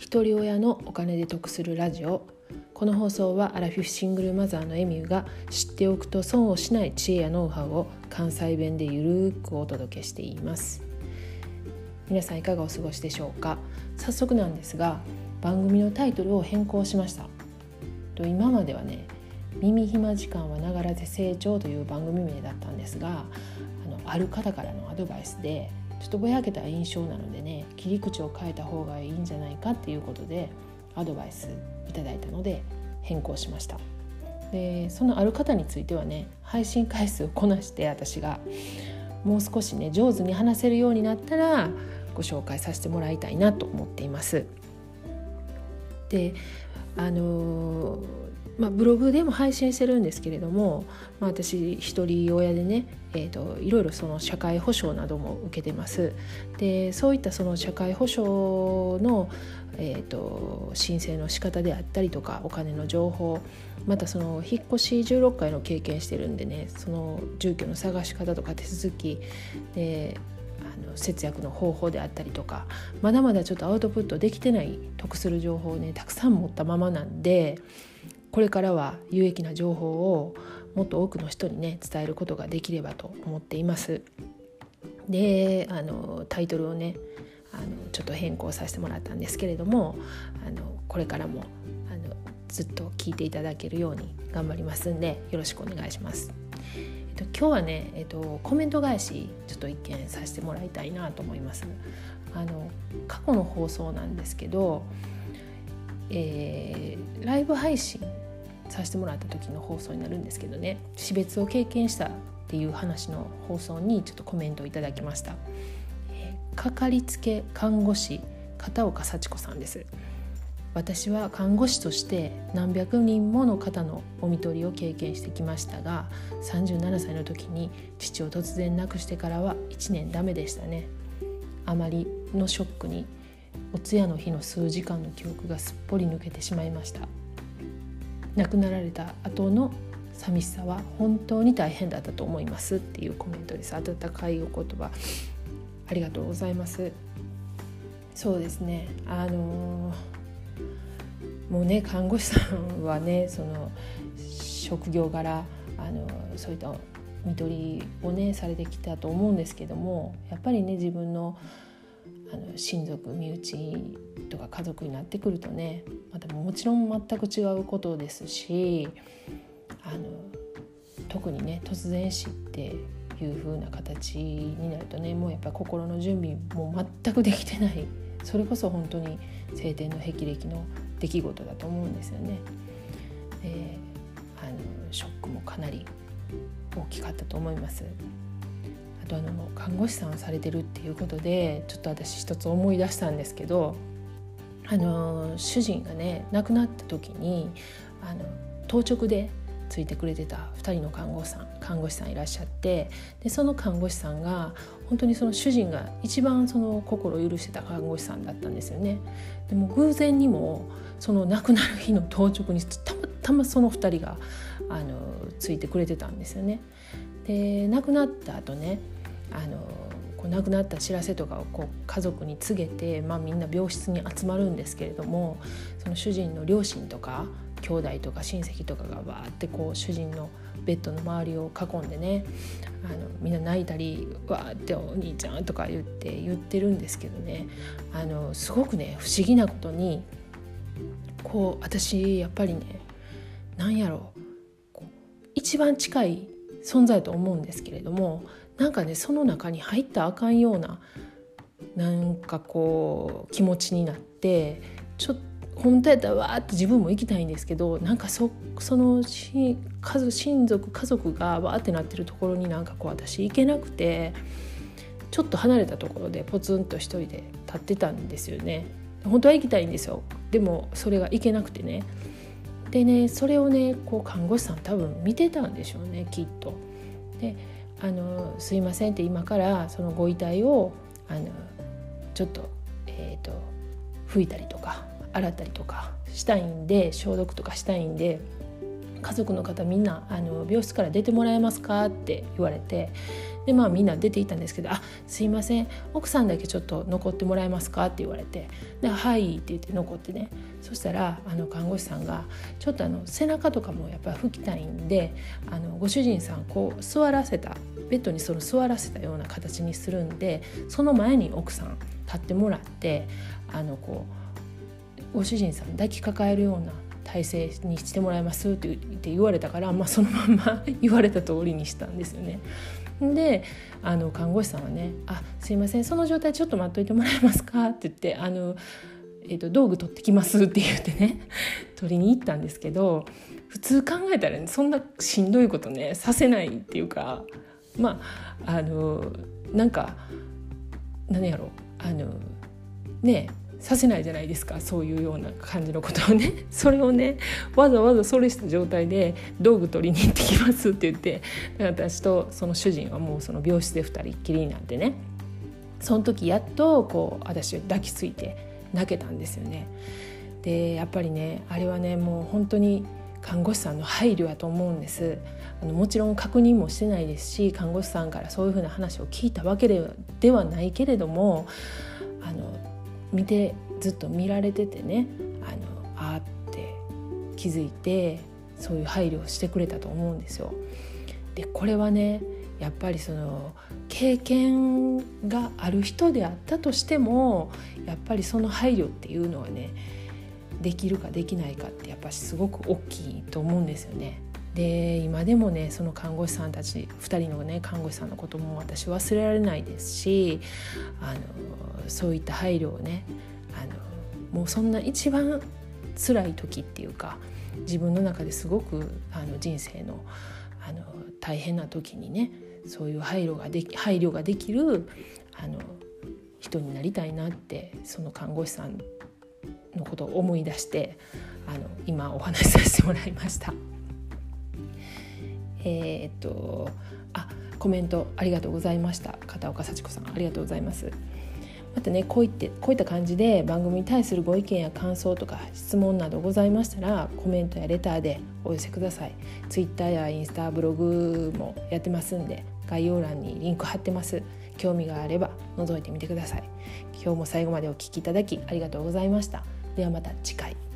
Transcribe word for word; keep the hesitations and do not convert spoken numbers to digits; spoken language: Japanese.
一人親のお金で得するラジオ。この放送はアラフィフシングルマザーのエミューが知っておくと損をしない知恵やノウハウを関西弁でゆるーくお届けしています。皆さんいかがお過ごしでしょうか。早速なんですが、番組のタイトルを変更しました。と今まではね、耳暇時間はながらで成長という番組名だったんですが、あのある方からのアドバイスでちょっとぼやけた印象なのでね、切り口を変えた方がいいんじゃないかっていうことでアドバイスいただいたので変更しました。でそのある方についてはね、配信回数をこなして私がもう少しね上手に話せるようになったらご紹介させてもらいたいなと思っています。であのーまあ、ブログでも配信してるんですけれども、まあ、私一人親でね、えーと、いろいろその社会保障なども受けてます。でそういったその社会保障の、えーと、申請の仕方であったりとか、お金の情報、またその引っ越しじゅうろっかいの経験してるんでね、その住居の探し方とか手続きであの節約の方法であったりとか、まだまだちょっとアウトプットできてない得する情報をねたくさん持ったままなんで、これからは有益な情報をもっと多くの人にね伝えることができればと思っています。であのタイトルをねあのちょっと変更させてもらったんですけれども、あのこれからもあのずっと聞いていただけるように頑張りますんで、よろしくお願いします。えっと、今日はね、えっと、コメント返しちょっと一見させてもらいたいなと思います。あの過去の放送なんですけど、えー、ライブ配信させてもらった時の放送になるんですけどね、死別を経験したっていう話の放送にちょっとコメントをいただきました。えー、かかりつけ看護師片岡幸子さんです。私は看護師として何百人もの方のお看取りを経験してきましたが、さんじゅうななさいの時に父を突然亡くしてからはいちねんダメでしたね。あまりのショックにお通夜の日の数時間の記憶がすっぽり抜けてしまいました。亡くなられた後の寂しさは本当に大変だったと思いますっていうコメントです。温かいお言葉ありがとうございます。そうですね、あのー、もうね看護師さんはねその職業柄あのそういった看取りをねされてきたと思うんですけども、やっぱりね自分のあの親族身内とか家族になってくるとね、またもちろん全く違うことですし、あの特にね突然死っていう風な形になるとね、もうやっぱり心の準備も全くできてない、それこそ本当に青天の霹靂の出来事だと思うんですよね。であのショックもかなり大きかったと思います。あとあの看護師さんをされてるっていうことでちょっと私一つ思い出したんですけど、あの主人がね亡くなった時にあの当直でついてくれてたふたりの看護師さん看護師さんいらっしゃって、でその看護師さんが本当にその主人が一番その心を許してた看護師さんだったんですよね。でも偶然にもその亡くなる日の当直にたまたまそのふたりがあのついてくれてたんですよね。で亡くなった後ね、あのこう亡くなった知らせとかをこう家族に告げて、まあ、みんな病室に集まるんですけれども、その主人の両親とか兄弟とか親戚とかがバーってこう主人のベッドの周りを囲んでね、あのみんな泣いたりわーってお兄ちゃんとか言って言ってるんですけどね、あのすごくね不思議なことにこう私やっぱりねなんやろうこう一番近い存在と思うんですけれども、なんかねその中に入ったらあかんようななんかこう気持ちになって、ちょっと本当やったらわーって自分も行きたいんですけど、なんか そ, そのし家親族家族がわーってなってるところになんかこう私行けなくて、ちょっと離れたところでポツンと一人で立ってたんですよね。本当は行きたいんですよ。でもそれが行けなくてね。でねそれをねこう看護師さん多分見てたんでしょうね、きっと。であのすいませんって今からそのご遺体をあのちょっと、えーと、拭いたりとか洗ったりとかしたいんで、消毒とかしたいんで家族の方みんなあの病室から出てもらえますかって言われて、でまあみんな出ていったんですけど、あすいません奥さんだけちょっと残ってもらえますかって言われて、ではいって言って残ってね、そしたらあの看護師さんがちょっとあの背中とかもやっぱり拭きたいんで、あのご主人さんこう座らせたベッドにその座らせたような形にするんで、その前に奥さん立ってもらって、あのこうご主人さん抱きかかえるような体勢にしてもらいますって言われたから、まあ、そのまんま言われた通りにしたんですよね。であの看護師さんはね、あすいませんその状態ちょっと待っといてもらえますかって言って、あの、えーと、道具取ってきますって言ってね取りに行ったんですけど、普通考えたら、ね、そんなしんどいことねさせないっていうか、まああのなんか何やろあのねさせないじゃないですか、そういうような感じのことをね。それをねわざわざそれした状態で道具取りに行ってきますって言って、私とその主人はもうその病室でふたりっきりになってね、その時やっとこう私を抱きついて泣けたんですよね。でやっぱりねあれはねもう本当に看護師さんの配慮やと思うんです。あのもちろん確認もしてないですし、看護師さんからそういうふうな話を聞いたわけではないけれども、あの見てずっと見られててね、あのあーって気づいてそういう配慮をしてくれたと思うんですよ。でこれはねやっぱりその経験がある人であったとしても、やっぱりその配慮っていうのはねできるかできないかってやっぱりすごく大きいと思うんですよね。で今でもねその看護師さんたちふたりのね看護師さんのことも私忘れられないですし、あのそういった配慮をね、あのもうそんな一番辛い時っていうか、自分の中ですごくあの人生の、あの大変な時にねそういう配慮ができ、配慮ができるあの人になりたいなって、その看護師さんのことを思い出してあの今お話しさせてもらいました。えー、っとあコメントありがとうございました。片岡幸子さんありがとうございます。またねこういってこういった感じで番組に対するご意見や感想とか質問などございましたら、コメントやレターでお寄せください。ツイッターやインスタブログもやってますんで、概要欄にリンク貼ってます。興味があれば覗いてみてください。今日も最後までお聞きいただきありがとうございました。ではまた次回。